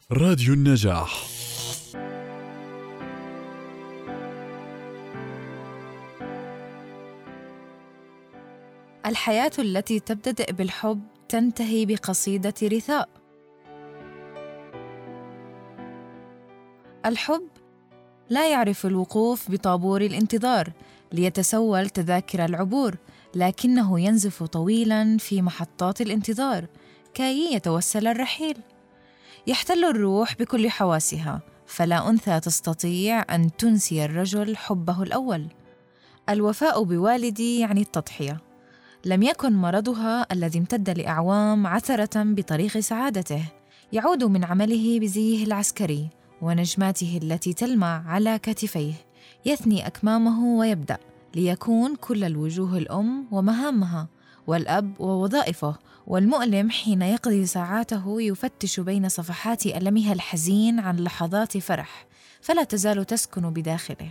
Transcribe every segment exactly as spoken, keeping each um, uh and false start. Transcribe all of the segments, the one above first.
راديو النجاح. الحياة التي تبتدأ بالحب تنتهي بقصيدة رثاء. الحب لا يعرف الوقوف بطابور الانتظار ليتسول تذاكر العبور، لكنه ينزف طويلاً في محطات الانتظار كي يتوسل الرحيل. يحتل الروح بكل حواسها، فلا أنثى تستطيع أن تنسي الرجل حبه الأول. الوفاء بوالدي يعني التضحية. لم يكن مرضها الذي امتد لأعوام عثرة بطريق سعادته. يعود من عمله بزيه العسكري ونجماته التي تلمع على كتفيه، يثني أكمامه ويبدأ ليكون كل الوجوه الأم ومهامها، والأب ووظائفه. والمؤلم حين يقضي ساعاته يفتش بين صفحات ألمها الحزين عن لحظات فرح، فلا تزال تسكن بداخله.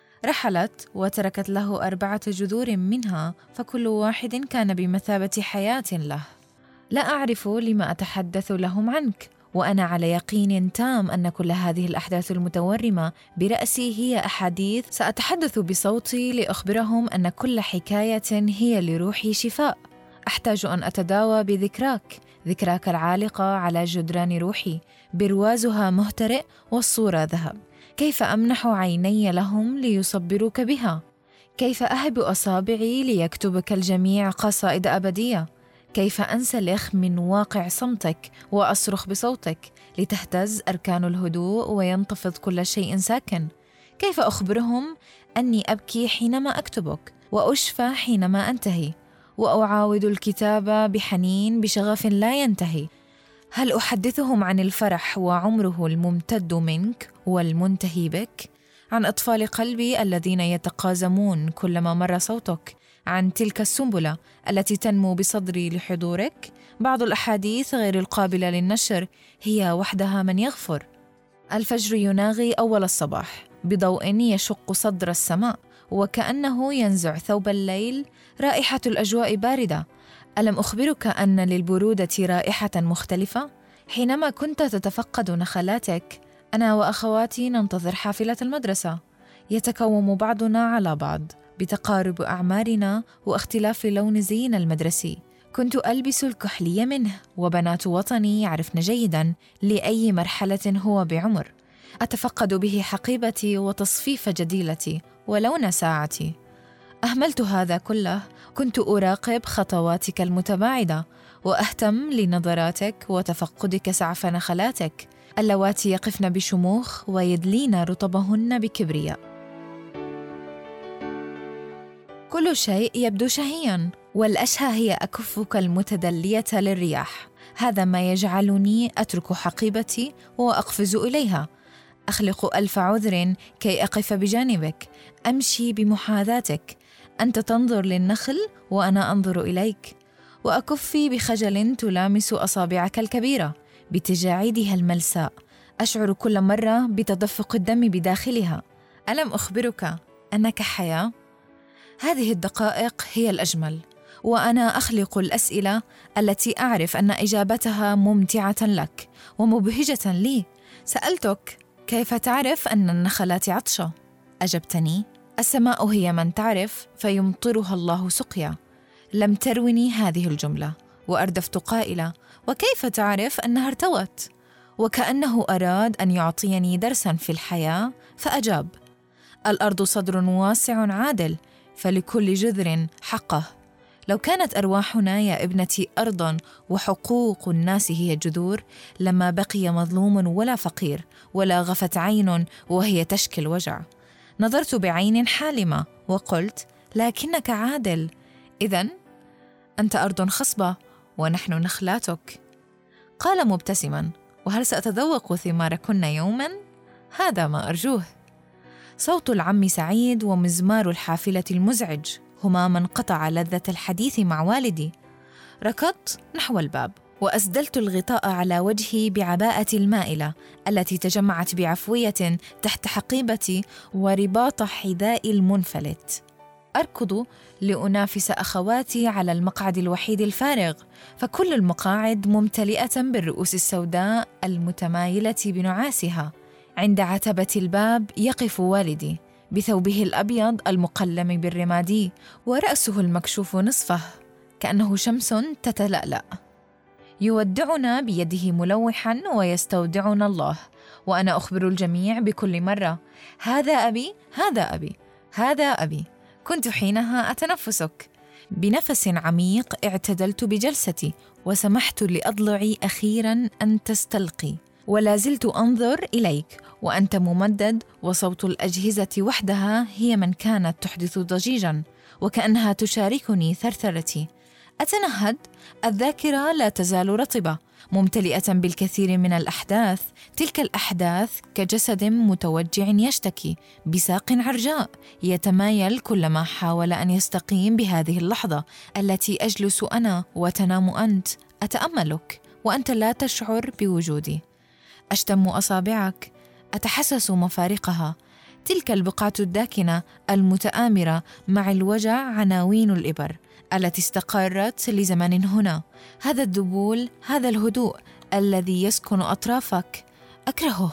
رحلت وتركت له أربعة جذور منها، فكل واحد كان بمثابة حياة له. لا أعرف لما أتحدث لهم عنك، وأنا على يقين تام أن كل هذه الأحداث المتورمة برأسي هي أحاديث سأتحدث بصوتي لأخبرهم أن كل حكاية هي لروحي شفاء. أحتاج أن أتداوى بذكراك، ذكراك العالقة على جدران روحي، بروازها مهترئ والصورة ذهب. كيف أمنح عيني لهم ليصبروك بها؟ كيف أهب أصابعي ليكتبك الجميع قصائد أبدية؟ كيف أنسلخ من واقع صمتك وأصرخ بصوتك لتهتز أركان الهدوء وينتفض كل شيء ساكن؟ كيف أخبرهم أني أبكي حينما أكتبك، وأشفى حينما أنتهي، وأعاود الكتابة بحنين بشغف لا ينتهي؟ هل أحدثهم عن الفرح وعمره الممتد منك والمنتهي بك؟ عن أطفال قلبي الذين يتقازمون كلما مر صوتك؟ عن تلك السنبلة التي تنمو بصدري لحضورك؟ بعض الأحاديث غير القابلة للنشر هي وحدها من يغفر. الفجر يناغي أول الصباح بضوء يشق صدر السماء، وكأنه ينزع ثوب الليل. رائحة الأجواء باردة. ألم أخبرك أن للبرودة رائحة مختلفة؟ حينما كنت تتفقد نخلاتك، أنا وأخواتي ننتظر حافلة المدرسة. يتكوم بعضنا على بعض بتقارب أعمارنا واختلاف لون زينا المدرسي. كنت ألبس الكحلي منه، وبنات وطني يعرفن جيداً لأي مرحلة هو بعمر. أتفقد به حقيبتي وتصفيف جديلتي ولون ساعتي. أهملت هذا كله. كنت أراقب خطواتك المتباعدة، وأهتم لنظراتك وتفقدك سعف نخلاتك اللواتي يقفن بشموخ ويدلين رطبهن بكبرياء. كل شيء يبدو شهياً، والأشهى هي أكفك المتدلية للرياح. هذا ما يجعلني أترك حقيبتي وأقفز إليها. أخلق ألف عذر كي أقف بجانبك، أمشي بمحاذاتك. أنت تنظر للنخل وأنا أنظر إليك، وأكفي بخجل تلامس أصابعك الكبيرة بتجاعيدها الملساء. أشعر كل مرة بتدفق الدم بداخلها. ألم أخبرك أنك حياة؟ هذه الدقائق هي الأجمل، وأنا أخلق الأسئلة التي أعرف أن إجابتها ممتعة لك ومبهجة لي. سألتك كيف تعرف أن النخلات عطشة؟ أجبتني السماء هي من تعرف فيمطرها الله سقيا. لم تروني هذه الجملة، وأردفت قائلة وكيف تعرف أنها ارتوت؟ وكأنه أراد أن يعطيني درساً في الحياة، فأجاب الأرض صدر واسع عادل، فلكل جذر حقه. لو كانت أرواحنا يا ابنتي أرضاً وحقوق الناس هي جذور، لما بقي مظلوم ولا فقير، ولا غفت عين وهي تشكي الوجع. نظرت بعين حالمة وقلت لكنك عادل، إذن أنت أرض خصبة ونحن نخلاتك. قال مبتسماً وهل سأتذوق ثماركن يوماً؟ هذا ما أرجوه. صوت العم سعيد ومزمار الحافلة المزعج هما من قطع لذة الحديث مع والدي. ركضت نحو الباب وأسدلت الغطاء على وجهي بعباءتي المائلة التي تجمعت بعفوية تحت حقيبتي ورباط حذائي المنفلت. أركض لأنافس أخواتي على المقعد الوحيد الفارغ، فكل المقاعد ممتلئة بالرؤوس السوداء المتمايلة بنعاسها. عند عتبة الباب يقف والدي بثوبه الأبيض المقلم بالرمادي ورأسه المكشوف نصفه كأنه شمس تتلألأ، يودعنا بيده ملوحاً ويستودعنا الله، وأنا أخبر الجميع بكل مرة: هذا أبي، هذا أبي، هذا أبي. كنت حينها أتنفسك. بنفس عميق اعتدلت بجلستي وسمحت لأضلعي أخيراً أن تستلقي، ولا زلت أنظر إليك وأنت ممدد، وصوت الأجهزة وحدها هي من كانت تحدث ضجيجاً وكأنها تشاركني ثرثرتي. أتنهد، الذاكرة لا تزال رطبة ممتلئة بالكثير من الأحداث. تلك الأحداث كجسد متوجع يشتكي بساق عرجاء يتمايل كلما حاول أن يستقيم بهذه اللحظة التي أجلس أنا وتنام أنت. أتأملك وأنت لا تشعر بوجودي. أشتم أصابعك، أتحسس مفارقها. تلك البقعة الداكنة المتآمرة مع الوجع عناوين الإبر التي استقرت لزمن هنا. هذا الذبول، هذا الهدوء الذي يسكن أطرافك، أكرهه.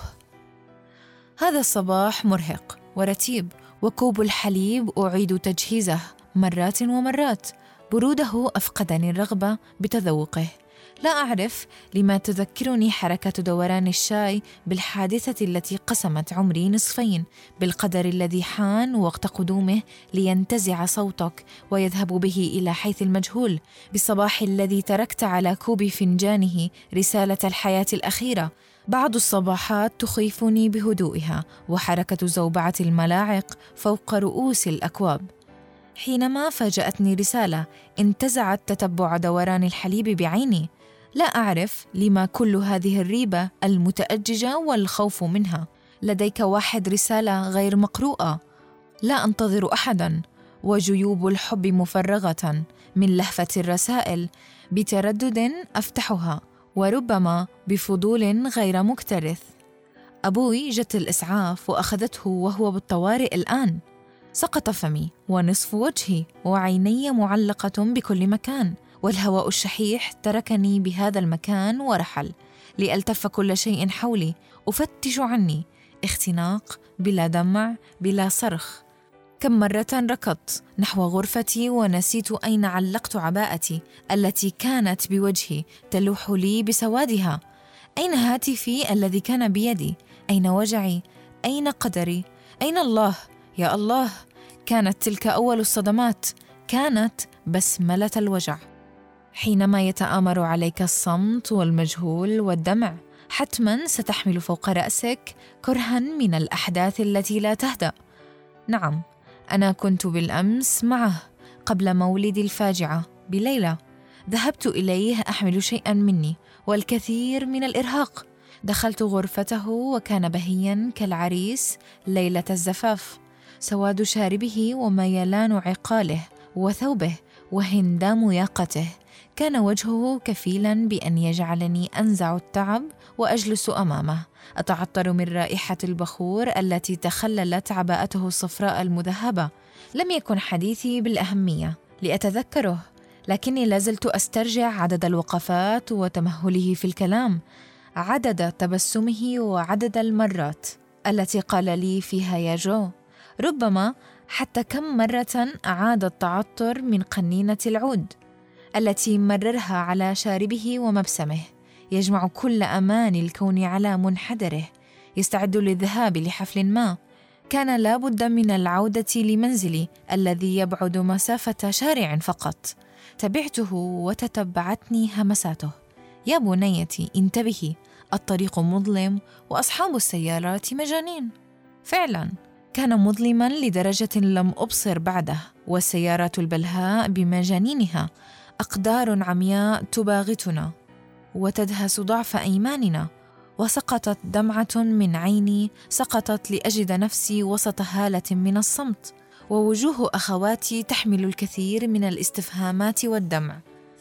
هذا الصباح مرهق ورتيب، وكوب الحليب أعيد تجهيزه مرات ومرات. بروده أفقدني الرغبة بتذوقه. لا أعرف لما تذكرني حركة دوران الشاي بالحادثة التي قسمت عمري نصفين، بالقدر الذي حان وقت قدومه لينتزع صوتك ويذهب به إلى حيث المجهول، بالصباح الذي تركت على كوب فنجانه رسالة الحياة الأخيرة. بعض الصباحات تخيفني بهدوئها وحركة زوبعة الملاعق فوق رؤوس الأكواب. حينما فاجأتني رسالة انتزعت تتبع دوران الحليب بعيني. لا أعرف لما كل هذه الريبة المتأججة والخوف منها. لديك واحد رسالة غير مقروءة. لا أنتظر أحداً، وجيوب الحب مفرغة من لهفة الرسائل. بتردد أفتحها، وربما بفضول غير مكترث. أبوي جت الإسعاف وأخذته وهو بالطوارئ الآن. سقط فمي ونصف وجهي وعيني معلقة بكل مكان، والهواء الشحيح تركني بهذا المكان ورحل. لألتف كل شيء حولي، أفتش عني. اختناق بلا دمع بلا صرخ. كم مرة ركضت نحو غرفتي ونسيت أين علقت عباءتي التي كانت بوجهي تلوح لي بسوادها. أين هاتفي الذي كان بيدي؟ أين وجعي؟ أين قدري؟ أين الله؟ يا الله، كانت تلك أول الصدمات، كانت بسملة الوجع. حينما يتآمر عليك الصمت والمجهول والدمع، حتماً ستحمل فوق رأسك كرهاً من الأحداث التي لا تهدأ. نعم، أنا كنت بالأمس معه قبل مولد الفاجعة بليلة. ذهبت إليه أحمل شيئاً مني والكثير من الإرهاق. دخلت غرفته وكان بهياً كالعريس ليلة الزفاف. سواد شاربه وميلان عقاله وثوبه وهندام ياقته كان وجهه كفيلاً بأن يجعلني أنزع التعب وأجلس أمامه، أتعطر من رائحة البخور التي تخللت عباءته الصفراء المذهبة. لم يكن حديثي بالأهمية لأتذكره، لكني لازلت أسترجع عدد الوقفات وتمهله في الكلام، عدد تبسمه وعدد المرات التي قال لي فيها يا جو. ربما حتى كم مرة أعاد التعطر من قنينة العود التي مررها على شاربه ومبسمه، يجمع كل أمان الكون على منحدره، يستعد للذهاب لحفل ما. كان لا بد من العودة لمنزلي الذي يبعد مسافة شارع فقط. تبعته وتتبعتني همساته: يا بنيتي انتبهي، الطريق مظلم وأصحاب السيارات مجانين. فعلاً كان مظلماً لدرجة لم أبصر بعده، والسيارات البلهاء بمجانينها أقدار عمياء تباغتنا وتدهس ضعف أيماننا. وسقطت دمعة من عيني، سقطت لأجد نفسي وسط هالة من الصمت، ووجوه أخواتي تحمل الكثير من الاستفهامات والدمع.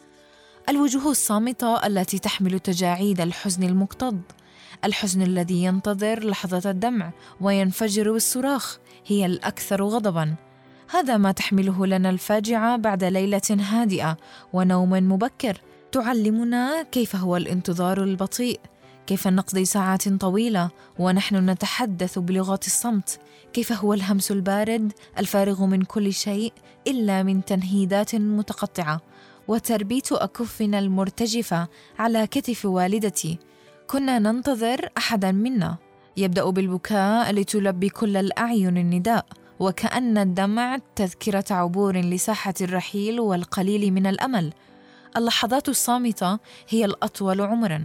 الوجوه الصامتة التي تحمل تجاعيد الحزن المكتظ، الحزن الذي ينتظر لحظة الدمع وينفجر بالصراخ، هي الأكثر غضباً. هذا ما تحمله لنا الفاجعة بعد ليلة هادئة ونوم مبكر، تعلمنا كيف هو الانتظار البطيء، كيف نقضي ساعات طويلة ونحن نتحدث بلغة الصمت، كيف هو الهمس البارد الفارغ من كل شيء إلا من تنهيدات متقطعة، وتربيت أكفنا المرتجفة على كتف والدتي. كنا ننتظر أحداً منا، يبدأ بالبكاء لتلبي كل الأعين النداء، وكأن الدمع تذكرة عبور لساحة الرحيل والقليل من الأمل. اللحظات الصامتة هي الأطول عمراً.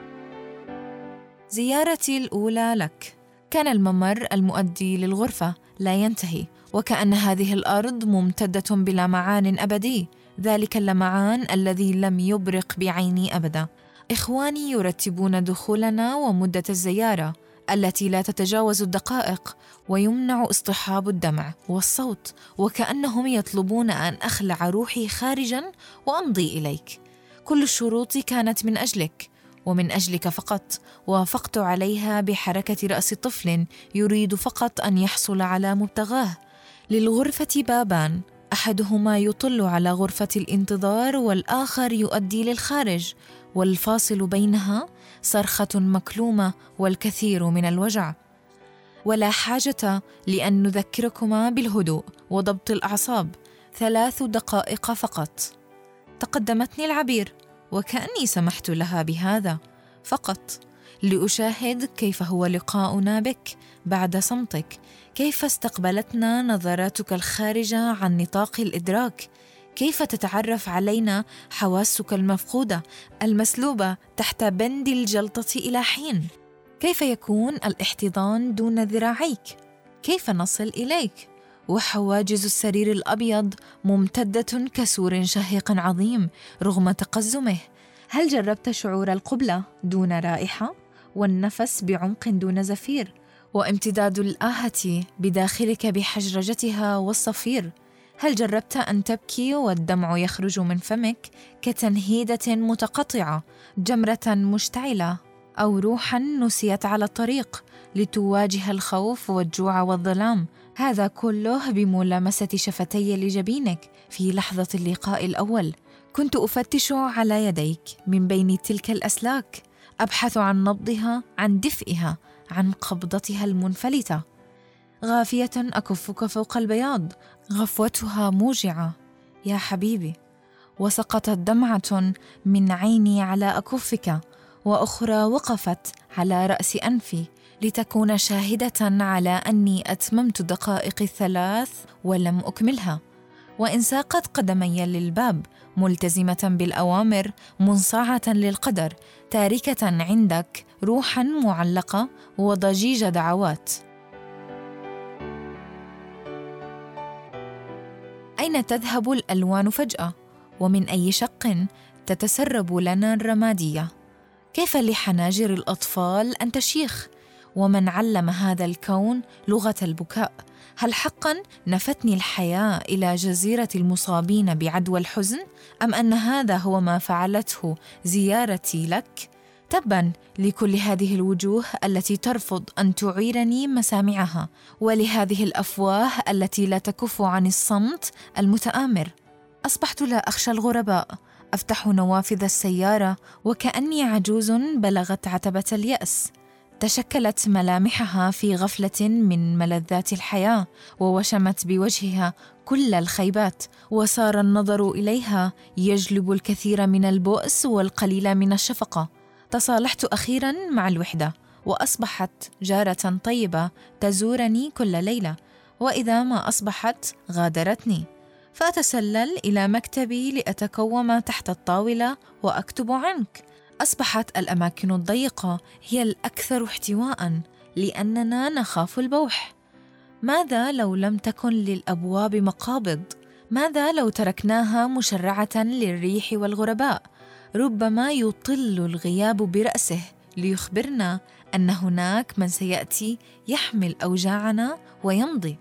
زيارتي الأولى لك. كان الممر المؤدي للغرفة لا ينتهي، وكأن هذه الأرض ممتدة بلمعان أبدي، ذلك اللمعان الذي لم يبرق بعيني أبدا. إخواني يرتبون دخولنا ومدة الزيارة التي لا تتجاوز الدقائق، ويمنع اصطحاب الدمع والصوت، وكأنهم يطلبون أن أخلع روحي خارجاً وأمضي إليك. كل الشروط كانت من أجلك ومن أجلك فقط، وافقت عليها بحركة رأس طفل يريد فقط أن يحصل على مبتغاه. للغرفة بابان، أحدهما يطل على غرفة الانتظار والآخر يؤدي للخارج، والفاصل بينها صرخة مكلومة والكثير من الوجع. ولا حاجة لأن نذكركما بالهدوء وضبط الأعصاب، ثلاث دقائق فقط. تقدمتني العبير وكأني سمحت لها بهذا فقط لأشاهد كيف هو لقاؤنا بك بعد صمتك، كيف استقبلتنا نظراتك الخارجة عن نطاق الإدراك، كيف تتعرف علينا حواسك المفقودة المسلوبة تحت بند الجلطة إلى حين، كيف يكون الاحتضان دون ذراعيك، كيف نصل إليك وحواجز السرير الأبيض ممتدة كسور شهيق عظيم رغم تقزمه. هل جربت شعور القبلة دون رائحة، والنفس بعمق دون زفير، وامتداد الآهة بداخلك بحجرجتها والصفير؟ هل جربت أن تبكي والدمع يخرج من فمك كتنهيدة متقطعة، جمرة مشتعلة، أو روحاً نسيت على الطريق لتواجه الخوف والجوع والظلام؟ هذا كله بملامسة شفتي لجبينك في لحظة اللقاء الأول. كنت أفتش على يديك من بين تلك الأسلاك، أبحث عن نبضها، عن دفئها، عن قبضتها المنفلتة. غافية أكفك فوق البياض، غفوتها موجعة يا حبيبي، وسقطت دمعة من عيني على أكفك، وأخرى وقفت على رأس أنفي لتكون شاهدة على أني أتممت دقائق الثلاث ولم أكملها. وإن ساقت قدمي للباب ملتزمة بالأوامر، منصاعة للقدر، تاركة عندك روحاً معلقة وضجيج دعوات. أين تذهب الألوان فجأة؟ ومن أي شق تتسرب لنا الرمادية؟ كيف لحناجر الأطفال أن تشيخ؟ ومن علم هذا الكون لغة البكاء؟ هل حقاً نفتني الحياة إلى جزيرة المصابين بعدوى الحزن؟ أم أن هذا هو ما فعلته زيارتي لك؟ تباً لكل هذه الوجوه التي ترفض أن تعيرني مسامعها، ولهذه الأفواه التي لا تكف عن الصمت المتآمر. أصبحت لا أخشى الغرباء، أفتح نوافذ السيارة وكأني عجوز بلغت عتبة اليأس. تشكلت ملامحها في غفلة من ملذات الحياة، ووشمت بوجهها كل الخيبات، وصار النظر إليها يجلب الكثير من البؤس والقليل من الشفقة. تصالحت أخيراً مع الوحدة، وأصبحت جارة طيبة تزورني كل ليلة، وإذا ما أصبحت غادرتني، فأتسلل إلى مكتبي لأتكوم تحت الطاولة وأكتب عنك. أصبحت الأماكن الضيقة هي الأكثر احتواءً، لأننا نخاف البوح. ماذا لو لم تكن للأبواب مقابض؟ ماذا لو تركناها مشرعة للريح والغرباء؟ ربما يطل الغياب برأسه ليخبرنا أن هناك من سيأتي يحمل أوجاعنا ويمضي.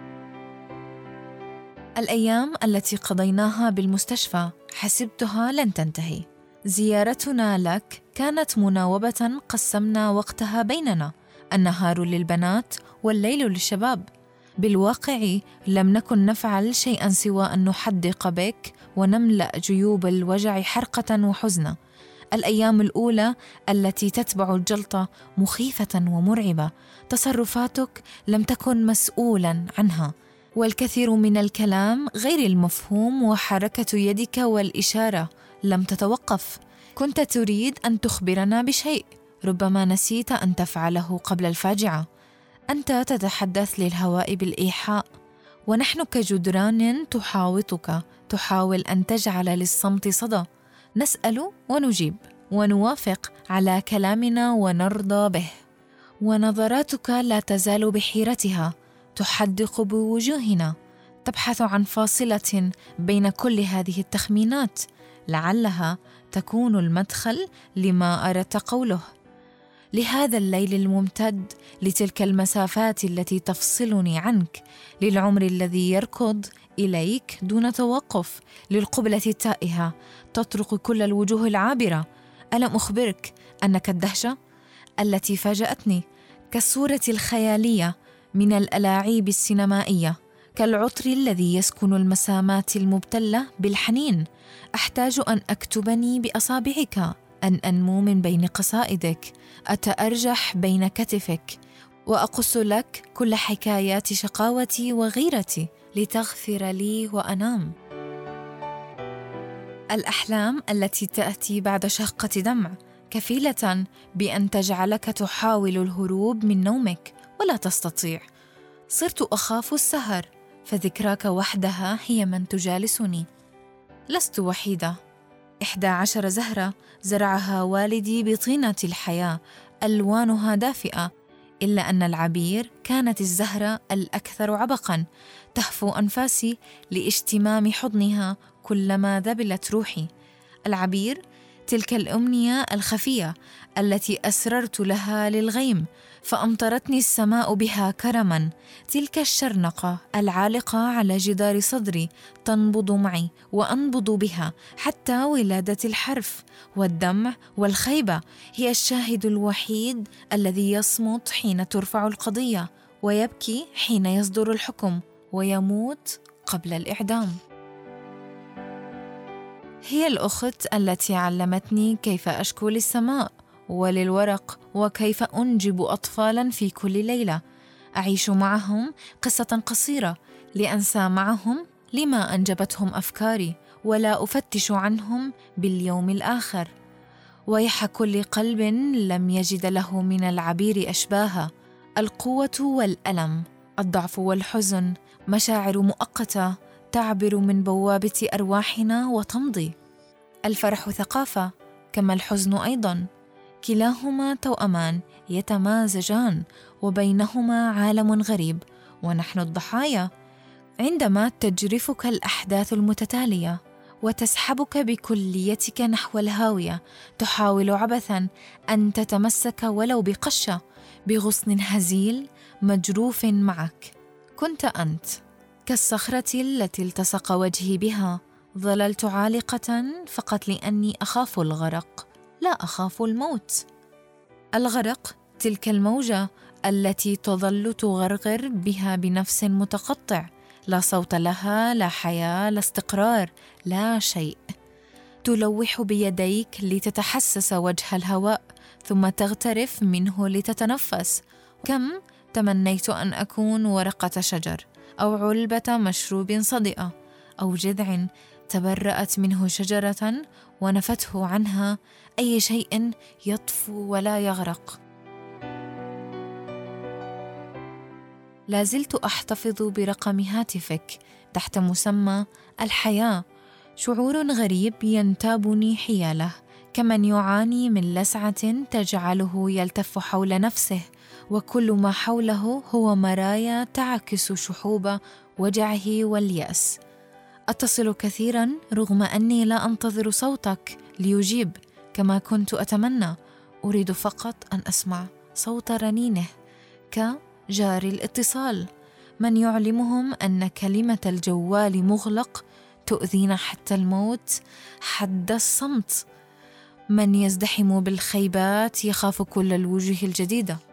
الأيام التي قضيناها بالمستشفى حسبتها لن تنتهي. زيارتنا لك كانت مناوبة قسمنا وقتها بيننا، النهار للبنات والليل للشباب. بالواقع لم نكن نفعل شيئا سوى أن نحدق بك ونملأ جيوب الوجع حرقة وحزنا. الأيام الأولى التي تتبع الجلطة مخيفة ومرعبة، تصرفاتك لم تكن مسؤولا عنها، والكثير من الكلام غير المفهوم وحركة يدك والإشارة لم تتوقف. كنت تريد أن تخبرنا بشيء، ربما نسيت أن تفعله قبل الفاجعة. أنت تتحدث للهواء بالإيحاء، ونحن كجدران تحاوطك، تحاول أن تجعل للصمت صدى. نسأل ونجيب ونوافق على كلامنا ونرضى به، ونظراتك لا تزال بحيرتها تحدق بوجوهنا، تبحث عن فاصلة بين كل هذه التخمينات لعلها تكون المدخل لما أردت قوله. لهذا الليل الممتد، لتلك المسافات التي تفصلني عنك، للعمر الذي يركض إليك دون توقف، للقبلة التائهة تطرق كل الوجوه العابرة. ألم أخبرك أنك الدهشة التي فاجأتني، كالصورة الخيالية من الألاعيب السينمائية، كالعطر الذي يسكن المسامات المبتلة بالحنين. أحتاج أن أكتبني بأصابعك، أن أنمو من بين قصائدك، أتأرجح بين كتفك، وأقص لك كل حكايات شقاوتي وغيرتي لتغفر لي وأنام. الأحلام التي تأتي بعد شهقة دمع كفيلة بأن تجعلك تحاول الهروب من نومك ولا تستطيع. صرت أخاف السهر، فذكراك وحدها هي من تجالسني. لست وحيدة، إحدى عشر زهرة زرعها والدي بطينة الحياة، ألوانها دافئة، إلا أن العبير كانت الزهرة الأكثر عبقاً، تهفو أنفاسي لاشتمام حضنها كلما ذبلت روحي. العبير تلك الأمنية الخفية التي أسررت لها للغيم، فأمطرتني السماء بها كرماً. تلك الشرنقة العالقة على جدار صدري تنبض معي وأنبض بها حتى ولادة الحرف، والدمع والخيبة هي الشاهد الوحيد الذي يصمت حين ترفع القضية، ويبكي حين يصدر الحكم، ويموت قبل الإعدام. هي الأخت التي علمتني كيف أشكو للسماء وللورق، وكيف أنجب أطفالاً في كل ليلة. أعيش معهم قصة قصيرة لأنسى معهم لما أنجبتهم أفكاري، ولا أفتش عنهم باليوم الآخر. ويح كل قلب لم يجد له من العبير أشباها. القوة والألم، الضعف والحزن، مشاعر مؤقتة تعبر من بوابة أرواحنا وتمضي. الفرح ثقافة كما الحزن أيضاً، كلاهما توأمان يتمازجان، وبينهما عالم غريب، ونحن الضحايا. عندما تجرفك الأحداث المتتالية وتسحبك بكليتك نحو الهاوية، تحاول عبثاً أن تتمسك ولو بقشة، بغصن هزيل مجروف معك. كنت أنت كالصخرة التي التصق وجهي بها. ظللت عالقة فقط لأني أخاف الغرق، لا أخاف الموت. الغرق تلك الموجة التي تظل تغرغر بها بنفس متقطع، لا صوت لها، لا حياة، لا استقرار، لا شيء. تلوح بيديك لتتحسس وجه الهواء، ثم تغترف منه لتتنفس. كم تمنيت أن أكون ورقة شجر، أو علبة مشروب صدئة، أو جذع تبرأت منه شجرة ونفته عنها، أي شيء يطفو ولا يغرق. لازلت أحتفظ برقم هاتفك تحت مسمى الحياة، شعور غريب ينتابني حياله، كمن يعاني من لسعة تجعله يلتف حول نفسه، وكل ما حوله هو مرايا تعكس شحوب وجعه واليأس. أتصل كثيراً رغم أني لا أنتظر صوتك ليجيب كما كنت أتمنى، أريد فقط أن أسمع صوت رنينه كجار الاتصال، من يعلمهم أن كلمة الجوال مغلق تؤذينا حتى الموت، حد الصمت، من يزدحم بالخيبات يخاف كل الوجوه الجديدة.